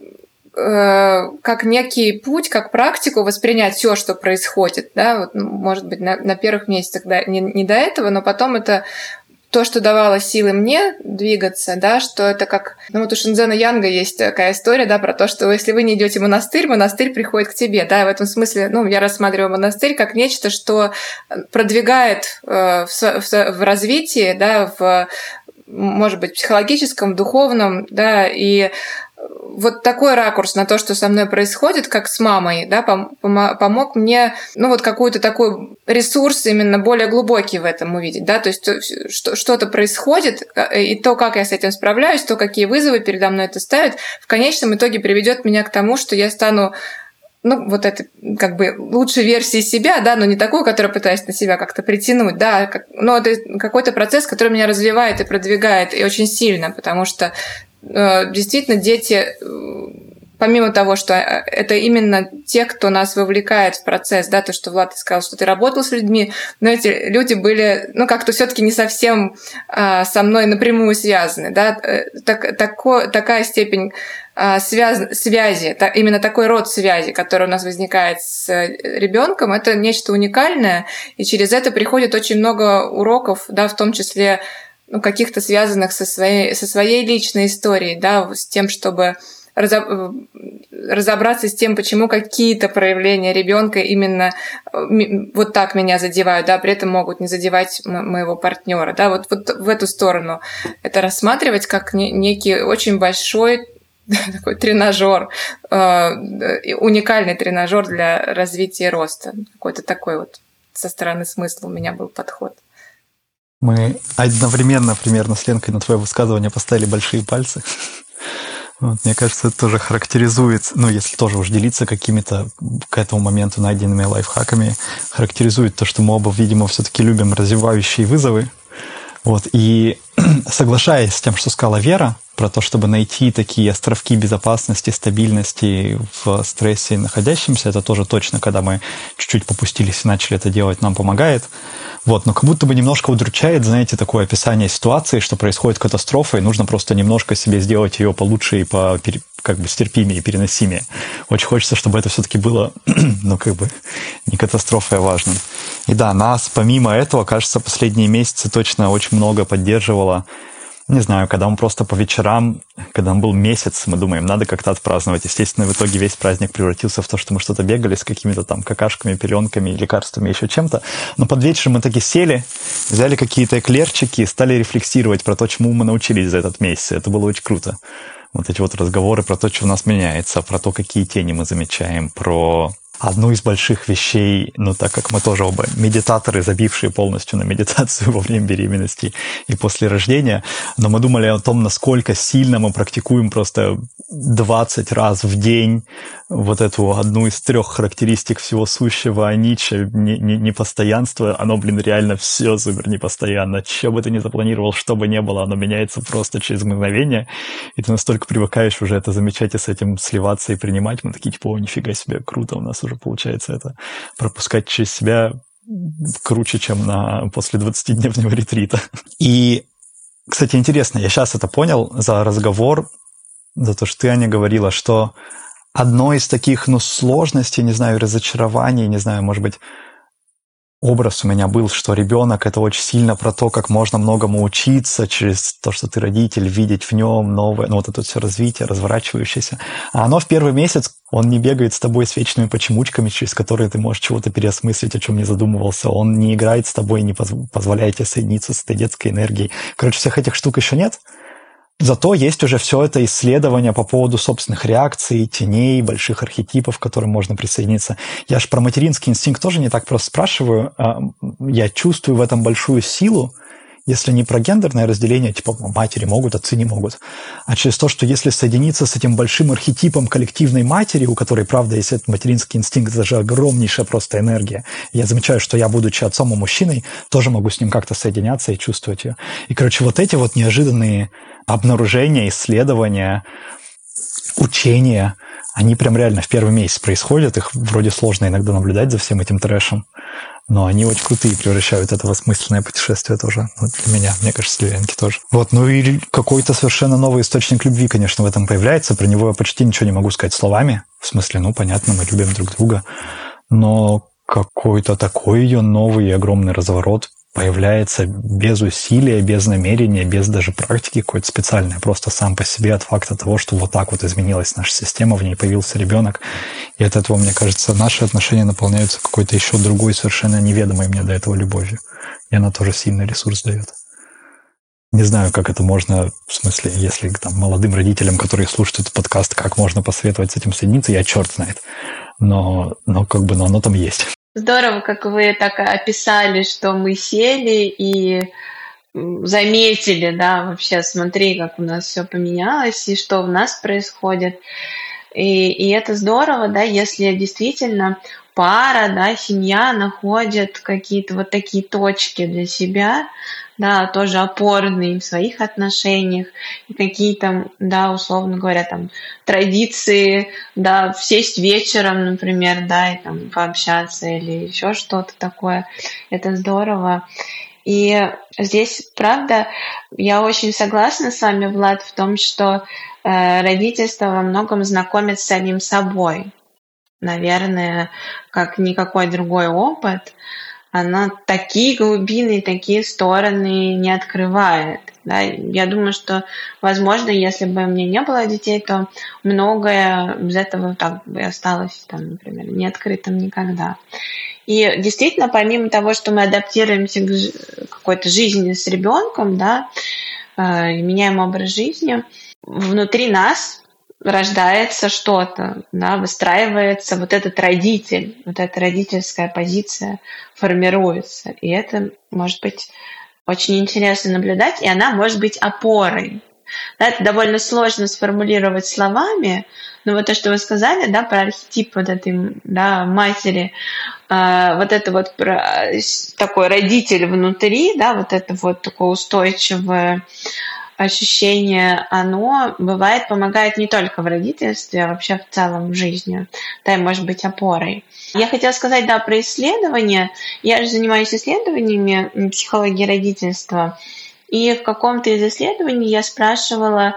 Speaker 1: как некий путь, как практику воспринять все, что происходит, да, вот, может быть, на первых месяцах не до этого, но потом это то, что давало силы мне двигаться, да, что это как, вот у Шинзена Янга есть такая история, да, про то, что если вы не идете в монастырь приходит к тебе, да, и в этом смысле, я рассматриваю монастырь как нечто, что продвигает в развитии, да, может быть, психологическом, духовном, да, и вот такой ракурс на то, что со мной происходит, как с мамой, да, помог мне, какой-то такой ресурс именно более глубокий в этом увидеть, да, то есть что-то происходит, и то, как я с этим справляюсь, то, какие вызовы передо мной это ставит, в конечном итоге приведет меня к тому, что я стану это как бы лучшей версией себя, да, но не такую, которую пытаюсь на себя как-то притянуть, да, но это какой-то процесс, который меня развивает и продвигает, и очень сильно, потому что действительно дети, помимо того, что это именно те, кто нас вовлекает в процесс, да, то, что Влад сказал, что ты работал с людьми, но эти люди были, как-то все-таки не совсем со мной напрямую связаны, да, такая степень связи, именно такой род связи, который у нас возникает с ребенком, это нечто уникальное, и через это приходит очень много уроков, да, в том числе каких-то связанных со своей личной историей, да, с тем, чтобы разобраться с тем, почему какие-то проявления ребенка именно вот так меня задевают, да, при этом могут не задевать моего партнера, да, вот в эту сторону это рассматривать как некий очень большой такой тренажер, уникальный тренажер для развития и роста. Какой-то такой вот со стороны смысла у меня был подход.
Speaker 3: Мы одновременно примерно с Ленкой на твое высказывание поставили большие пальцы. Мне кажется, это тоже характеризует, если тоже уж делиться какими-то к этому моменту найденными лайфхаками, характеризует то, что мы оба, видимо, все-таки любим развивающие вызовы. И соглашаясь с тем, что сказала Вера, про то, чтобы найти такие островки безопасности, стабильности в стрессе находящемся, это тоже точно, когда мы чуть-чуть попустились и начали это делать, нам помогает. Но как будто бы немножко удручает, знаете, такое описание ситуации, что происходит катастрофа, и нужно просто немножко себе сделать ее получше и стерпимее и переносимее. Очень хочется, чтобы это все-таки было, не катастрофой, а важным. И да, нас помимо этого, кажется, последние месяцы точно очень много поддерживало. Не знаю, когда мы просто по вечерам, когда был месяц, мы думаем, надо как-то отпраздновать. Естественно, в итоге весь праздник превратился в то, что мы что-то бегали с какими-то там какашками, пеленками, лекарствами, еще чем-то. Но под вечер мы таки сели, взяли какие-то эклерчики и стали рефлексировать про то, чему мы научились за этот месяц. Это было очень круто. Эти разговоры про то, что у нас меняется, про то, какие тени мы замечаем, про одну из больших вещей, так как мы тоже оба медитаторы, забившие полностью на медитацию во время беременности и после рождения, но мы думали о том, насколько сильно мы практикуем просто 20 раз в день эту одну из 3 характеристик всего сущего, Ницше, непостоянство, оно, реально все супер непостоянно. Что бы ты ни запланировал, что бы ни было, оно меняется просто через мгновение, и ты настолько привыкаешь уже это замечать и с этим сливаться и принимать. Мы такие, нифига себе, круто, у нас уже получается это пропускать через себя круче, чем после 20-дневного ретрита. И, кстати, интересно, я сейчас это понял за разговор, за то, что ты, Аня, говорила, что одной из таких, сложностей, не знаю, разочарований, не знаю, может быть, образ у меня был, что ребенок — это очень сильно про то, как можно многому учиться через то, что ты родитель, видеть в нем новое, ну вот это все развитие, разворачивающееся. А оно в первый месяц, он не бегает с тобой с вечными почемучками, через которые ты можешь чего-то переосмыслить, о чем не задумывался. Он не играет с тобой, не позволяет тебе соединиться с этой детской энергией. Короче, всех этих штук еще нет. Зато есть уже все это исследование по поводу собственных реакций, теней, больших архетипов, к которым можно присоединиться. Я же про материнский инстинкт тоже не так просто спрашиваю. Я чувствую в этом большую силу, если не про гендерное разделение, типа матери могут, отцы не могут, а через то, что если соединиться с этим большим архетипом коллективной матери, у которой, правда, есть этот материнский инстинкт, это же огромнейшая просто энергия. Я замечаю, что я, будучи отцом и мужчиной, тоже могу с ним как-то соединяться и чувствовать ее. И, короче, вот эти вот неожиданные обнаружения, исследования, учения, они прям реально в первый месяц происходят. Их вроде сложно иногда наблюдать за всем этим трэшем, но они очень крутые, превращают это в осмысленное путешествие тоже. Вот для меня, мне кажется, для Ленки тоже. Вот, ну и какой-то совершенно новый источник любви, конечно, в этом появляется. Про него я почти ничего не могу сказать словами. В смысле, ну, понятно, мы любим друг друга. Но какой-то такой ее новый и огромный разворот появляется без усилия, без намерения, без даже практики какой-то специальной, просто сам по себе от факта того, что вот так вот изменилась наша система, в ней появился ребенок. И от этого, мне кажется, наши отношения наполняются какой-то еще другой, совершенно неведомой мне до этого любовью. И она тоже сильный ресурс дает. Не знаю, как это можно, в смысле, если там молодым родителям, которые слушают этот подкаст, как можно посоветовать с этим соединиться, я черт знает. Но оно там есть.
Speaker 4: Здорово, как вы так описали, что мы сели и заметили, да, вообще смотри, как у нас все поменялось и что у нас происходит. И это здорово, да, если действительно пара, да, семья находит какие-то вот такие точки для себя, да, тоже опорные в своих отношениях, и какие-то, да, условно говоря, там, традиции, да, сесть вечером, например, да, и там пообщаться или еще что-то такое. Это здорово. И здесь, правда, я очень согласна с вами, Влад, в том, что родительство во многом знакомит с самим собой. Наверное, как никакой другой опыт, она такие глубины, такие стороны не открывает. Да? Я думаю, что, возможно, если бы у меня не было детей, то многое из этого так бы осталось, там, например, не открытым никогда. И действительно, помимо того, что мы адаптируемся к какой-то жизни с ребенком, да, меняем образ жизни, внутри нас рождается что-то, да, выстраивается вот этот родитель, вот эта родительская позиция формируется. И это может быть очень интересно наблюдать, и она может быть опорой. Да, это довольно сложно сформулировать словами, но вот то, что вы сказали, да, про архетип вот этой, да, матери, вот это вот такой родитель внутри, да, вот это вот такое устойчивое ощущение, оно бывает, помогает не только в родительстве, а вообще в целом в жизни, да, и может быть опорой. Я хотела сказать, да, про исследования. Я же занимаюсь исследованиями психологии родительства, и в каком-то из исследований я спрашивала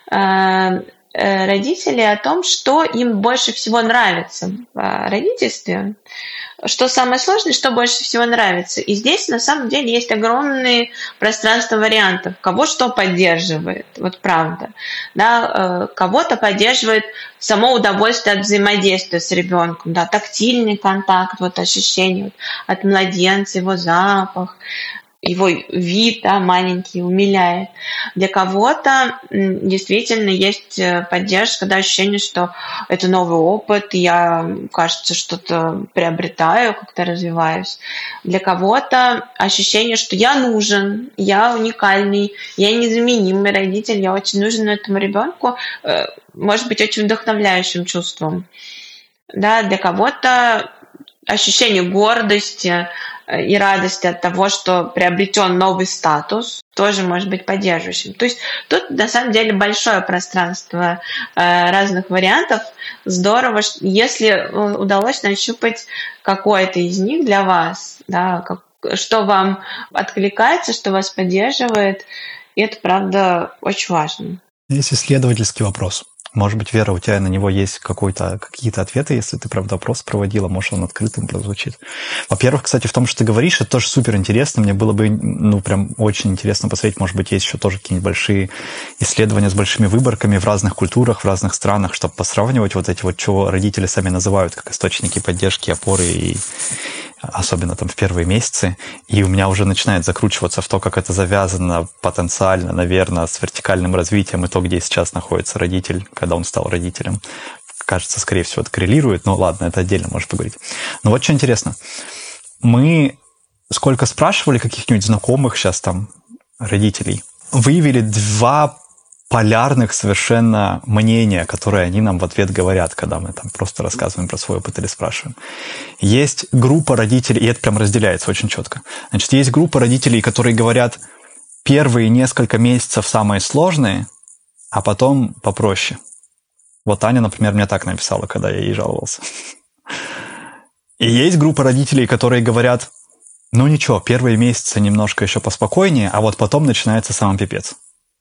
Speaker 4: родителей о том, что им больше всего нравится в родительстве, что самое сложное, что больше всего нравится. И здесь на самом деле есть огромное пространство вариантов, кого что поддерживает, вот правда. Да, кого-то поддерживает само удовольствие от взаимодействия с ребенком, да, тактильный контакт, вот ощущение вот, от младенца, его запах, его вид, да, маленький, умиляет. Для кого-то действительно есть поддержка, да, ощущение, что это новый опыт, я, кажется, что-то приобретаю, как-то развиваюсь. Для кого-то ощущение, что я нужен, я уникальный, я незаменимый родитель, я очень нужен этому ребенку, может быть, очень вдохновляющим чувством. Да, для кого-то ощущение гордости и радости от того, что приобретен новый статус, тоже может быть поддерживающим. То есть тут на самом деле большое пространство разных вариантов. Здорово, если удалось нащупать какой-то из них для вас, да, что вам откликается, что вас поддерживает. И это, правда, очень важно.
Speaker 3: Есть исследовательский вопрос. Может быть, Вера, у тебя на него есть какие-то ответы, если ты, правда, опрос проводила, может, он открытым прозвучит. Во-первых, кстати, в том, что ты говоришь, это тоже супер интересно. Мне было бы, прям очень интересно посмотреть, может быть, есть еще тоже какие-нибудь большие исследования с большими выборками в разных культурах, в разных странах, чтобы посравнивать вот эти вот, что родители сами называют как источники поддержки, опоры, и особенно там в первые месяцы. И у меня уже начинает закручиваться в то, как это завязано потенциально, наверное, с вертикальным развитием и то, где сейчас находится родитель, когда он стал родителем. Кажется, скорее всего, это коррелирует, но ладно, это отдельно можно поговорить. Но вот что интересно. Мы сколько спрашивали каких-нибудь знакомых сейчас там родителей, выявили 2 полярных совершенно мнения, которые они нам в ответ говорят, когда мы там просто рассказываем про свой опыт или спрашиваем. Есть группа родителей, и это прям разделяется очень четко. Значит, есть группа родителей, которые говорят, первые несколько месяцев самые сложные, а потом попроще. Вот Аня, например, мне так написала, когда я ей жаловался. И есть группа родителей, которые говорят, ну ничего, первые месяцы немножко еще поспокойнее, а вот потом начинается сам пипец.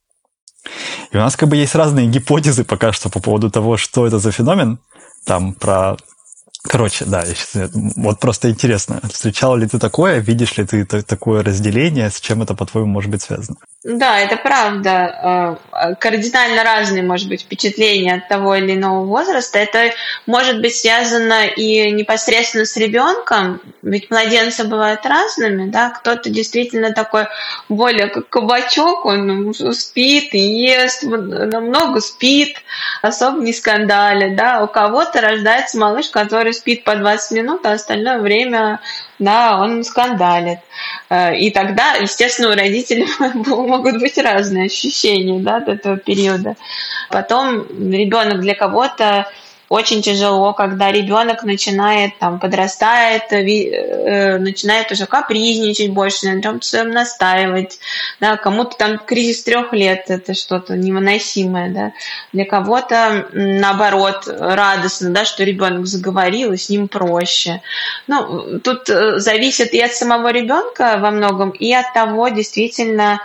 Speaker 3: И у нас как бы есть разные гипотезы пока что по поводу того, что это за феномен. Там про... Короче, да, вот просто интересно, встречала ли ты такое, видишь ли ты такое разделение, с чем это, по-твоему, может быть связано?
Speaker 4: Да, это правда. Кардинально разные, может быть, впечатления от того или иного возраста. Это может быть связано и непосредственно с ребенком, ведь младенцы бывают разными, да. Кто-то действительно такой более как кабачок, он спит, ест, много спит, особо не скандалит, да. У кого-то рождается малыш, который спит по 20 минут, а остальное время, да, он скандалит. И тогда, естественно, у родителей могут быть разные ощущения, да, от этого периода. Потом ребенок для кого-то очень тяжело, когда ребенок начинает там подрастает, начинает уже капризничать больше, на чем-то своем настаивать, да, кому-то там кризис 3 лет это что-то невыносимое, да, для кого-то наоборот радостно, да, что ребенок заговорил и с ним проще. Ну, тут зависит и от самого ребенка во многом, и от того, действительно,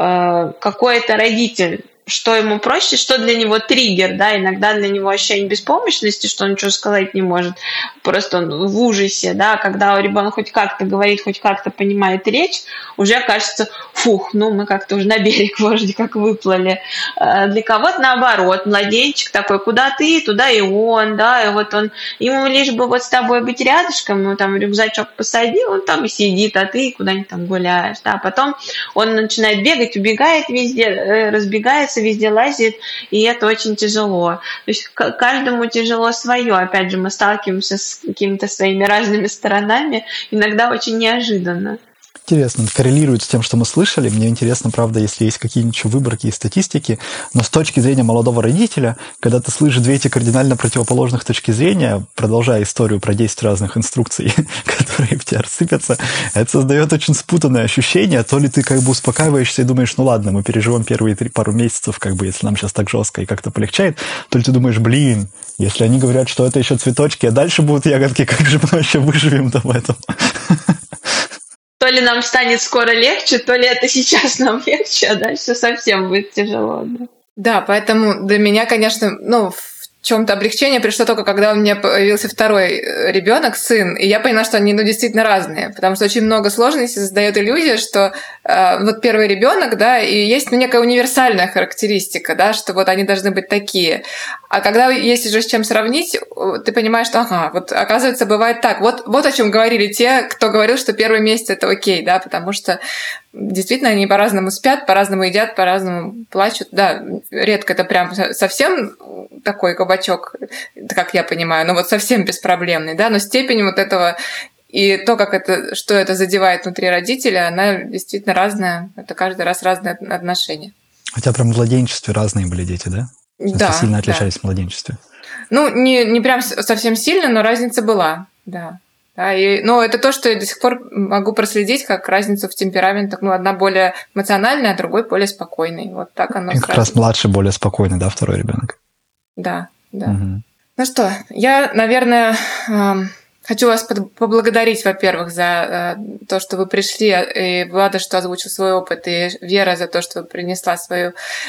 Speaker 4: какой это родитель. Что ему проще, что для него триггер, да, иногда для него ощущение беспомощности, что он ничего сказать не может, просто он в ужасе, да, когда ребенок хоть как-то говорит, хоть как-то понимает речь, уже кажется, фух, ну мы как-то уже на берег вроде как выплыли. Для кого-то наоборот, младенчик такой, куда ты, туда и он, да, и вот он, ему лишь бы вот с тобой быть рядышком, ему там рюкзачок посадил, он там и сидит, а ты куда-нибудь там гуляешь, да, потом он начинает бегать, убегает везде, разбегается, везде лазит, и это очень тяжело. То есть каждому тяжело свое. Опять же, мы сталкиваемся с какими-то своими разными сторонами, иногда очень неожиданно.
Speaker 3: Интересно, коррелирует с тем, что мы слышали. Мне интересно, правда, если есть какие-нибудь еще выборки и статистики, но с точки зрения молодого родителя, когда ты слышишь 2 эти кардинально противоположных точки зрения, продолжая историю про 10 разных инструкций, которые в тебя рассыпятся, это создает очень спутанное ощущение. То ли ты как бы успокаиваешься и думаешь, ну ладно, мы переживем первые пару месяцев, как бы, если нам сейчас так жестко и как-то полегчает, то ли ты думаешь, блин, если они говорят, что это еще цветочки, а дальше будут ягодки, как же мы вообще выживем-то в этом?
Speaker 4: То ли нам станет скоро легче, то ли это сейчас нам легче, а дальше совсем будет тяжело. Да,
Speaker 1: да, поэтому для меня, конечно, в чем-то облегчение пришло только когда у меня появился второй ребенок, сын, и я поняла, что они действительно разные, потому что очень много сложностей создает иллюзия, что вот первый ребенок, да, и есть некая универсальная характеристика, да, что вот они должны быть такие. А когда есть уже с чем сравнить, ты понимаешь, что, ага, вот оказывается, бывает так. Вот о чем говорили те, кто говорил, что первый месяц это окей, да, потому что действительно они по-разному спят, по-разному едят, по-разному плачут. Да, редко это прям совсем такой кабачок, как я понимаю, но вот совсем беспроблемный, да, но степень вот этого и то, что это задевает внутри родителя, она действительно разная. Это каждый раз разные отношения.
Speaker 3: У тебя прям в младенчестве разные были дети, да?
Speaker 1: Да.
Speaker 3: Сильно отличались в младенчестве?
Speaker 1: Ну, не прям совсем сильно, но разница была, да. Но это то, что я до сих пор могу проследить, как разницу в темпераментах. Ну, одна более эмоциональная, а другой более спокойный. Вот так оно.
Speaker 3: И как раз младший более спокойный, да, второй ребенок?
Speaker 1: Да.
Speaker 3: Угу.
Speaker 1: Ну что, я, наверное, Хочу вас поблагодарить, во-первых, за то, что вы пришли, и Влада, что озвучил свой опыт, и Вера за то, что вы принесла свою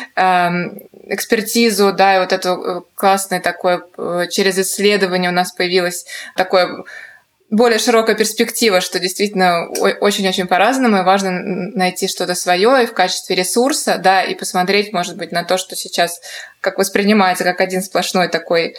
Speaker 1: экспертизу, да, и вот это классное такое, через исследование у нас появилось такое более широкая перспектива, что действительно очень-очень по-разному, и важно найти что-то свое и в качестве ресурса, да, и посмотреть, может быть, на то, что сейчас как воспринимается как один сплошной такой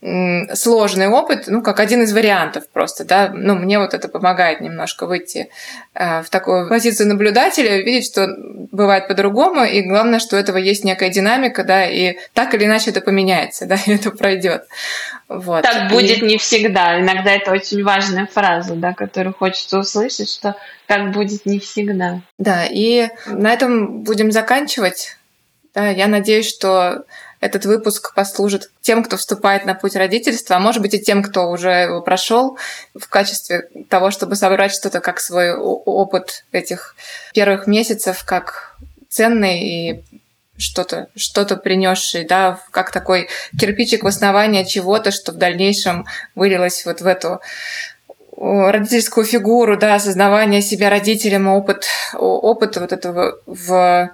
Speaker 1: сложный опыт, как один из вариантов просто, да, мне вот это помогает немножко выйти в такую позицию наблюдателя, видеть, что бывает по-другому, и главное, что у этого есть некая динамика, да, и так или иначе это поменяется, да, и это пройдет. Вот.
Speaker 4: Так будет не всегда. Иногда это очень важная фраза, да, которую хочется услышать, что так будет не всегда.
Speaker 1: Да, и на этом будем заканчивать. Да, я надеюсь, что этот выпуск послужит тем, кто вступает на путь родительства, а может быть и тем, кто уже его прошел, в качестве того, чтобы собрать что-то как свой опыт этих первых месяцев, как ценный и что-то принесший, да, как такой кирпичик в основание чего-то, что в дальнейшем вылилось вот в эту родительскую фигуру, да, осознавание себя родителем, опыт вот этого в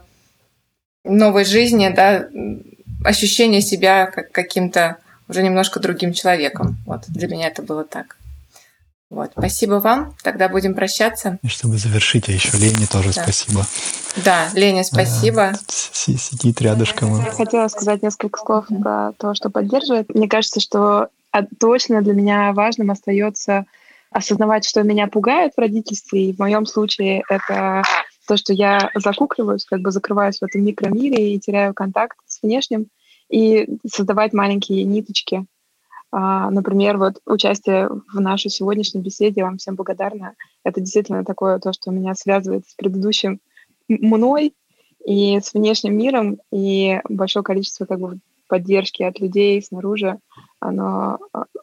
Speaker 1: новой жизни, да, ощущение себя как каким-то уже немножко другим человеком. Вот для меня это было так. Вот, спасибо вам. Тогда будем прощаться.
Speaker 3: И чтобы завершить, еще Лене тоже спасибо.
Speaker 1: Да, Лене спасибо.
Speaker 3: Сидит рядышком.
Speaker 2: Я хотела сказать несколько слов про то, что поддерживает. Мне кажется, что точно для меня важным остается осознавать, что меня пугает в родительстве. И в моем случае это то, что я закукливаюсь, как бы закрываюсь в этом микромире и теряю контакт с внешним, и создавать маленькие ниточки. Например, вот участие в нашей сегодняшней беседе, я вам всем благодарна. Это действительно такое то, что меня связывает с предыдущим мной и с внешним миром, и большое количество как бы поддержки от людей снаружи, оно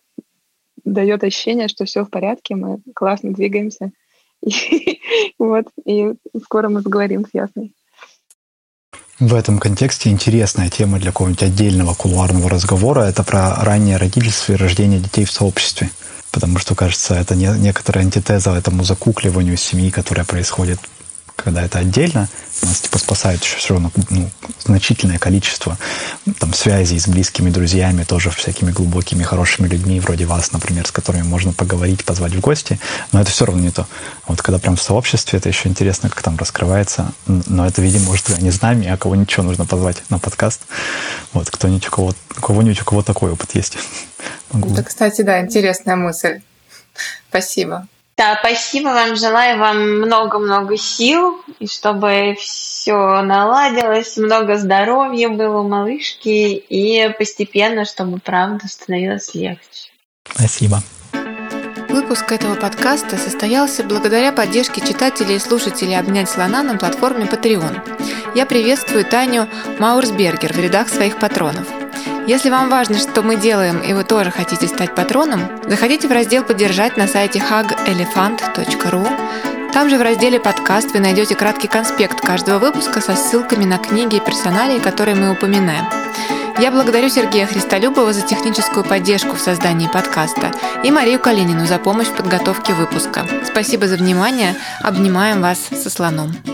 Speaker 2: дает ощущение, что все в порядке, мы классно двигаемся. И скоро мы поговорим с Ясной.
Speaker 3: В этом контексте интересная тема для какого-нибудь отдельного кулуарного разговора — это про раннее родительство и рождение детей в сообществе. Потому что, кажется, это некоторая антитеза этому закукливанию семьи, которое происходит, когда это отдельно. Нас спасает еще все равно значительное количество связей с близкими друзьями, тоже всякими глубокими, хорошими людьми, вроде вас, например, с которыми можно поговорить, позвать в гости. Но это все равно не то. Вот когда прям в сообществе, это еще интересно, как там раскрывается. Но это, видимо, может, не с нами, а кого-нибудь еще нужно позвать на подкаст. Вот, кто-нибудь, у кого такой опыт есть.
Speaker 1: Это, кстати, да, интересная мысль. Спасибо.
Speaker 4: Да, спасибо вам, желаю вам много-много сил, и чтобы все наладилось, много здоровья было у малышки, и постепенно, чтобы правда становилось легче.
Speaker 3: Спасибо.
Speaker 1: Выпуск этого подкаста состоялся благодаря поддержке читателей и слушателей «Обнять слона» на платформе Patreon. Я приветствую Таню Маурсбергер в рядах своих патронов. Если вам важно, что мы делаем, и вы тоже хотите стать патроном, заходите в раздел «Поддержать» на сайте hugelephant.ru. Там же в разделе «Подкаст» вы найдете краткий конспект каждого выпуска со ссылками на книги и персоналии, которые мы упоминаем. Я благодарю Сергея Христолюбова за техническую поддержку в создании подкаста и Марию Калинину за помощь в подготовке выпуска. Спасибо за внимание. Обнимаем вас со слоном.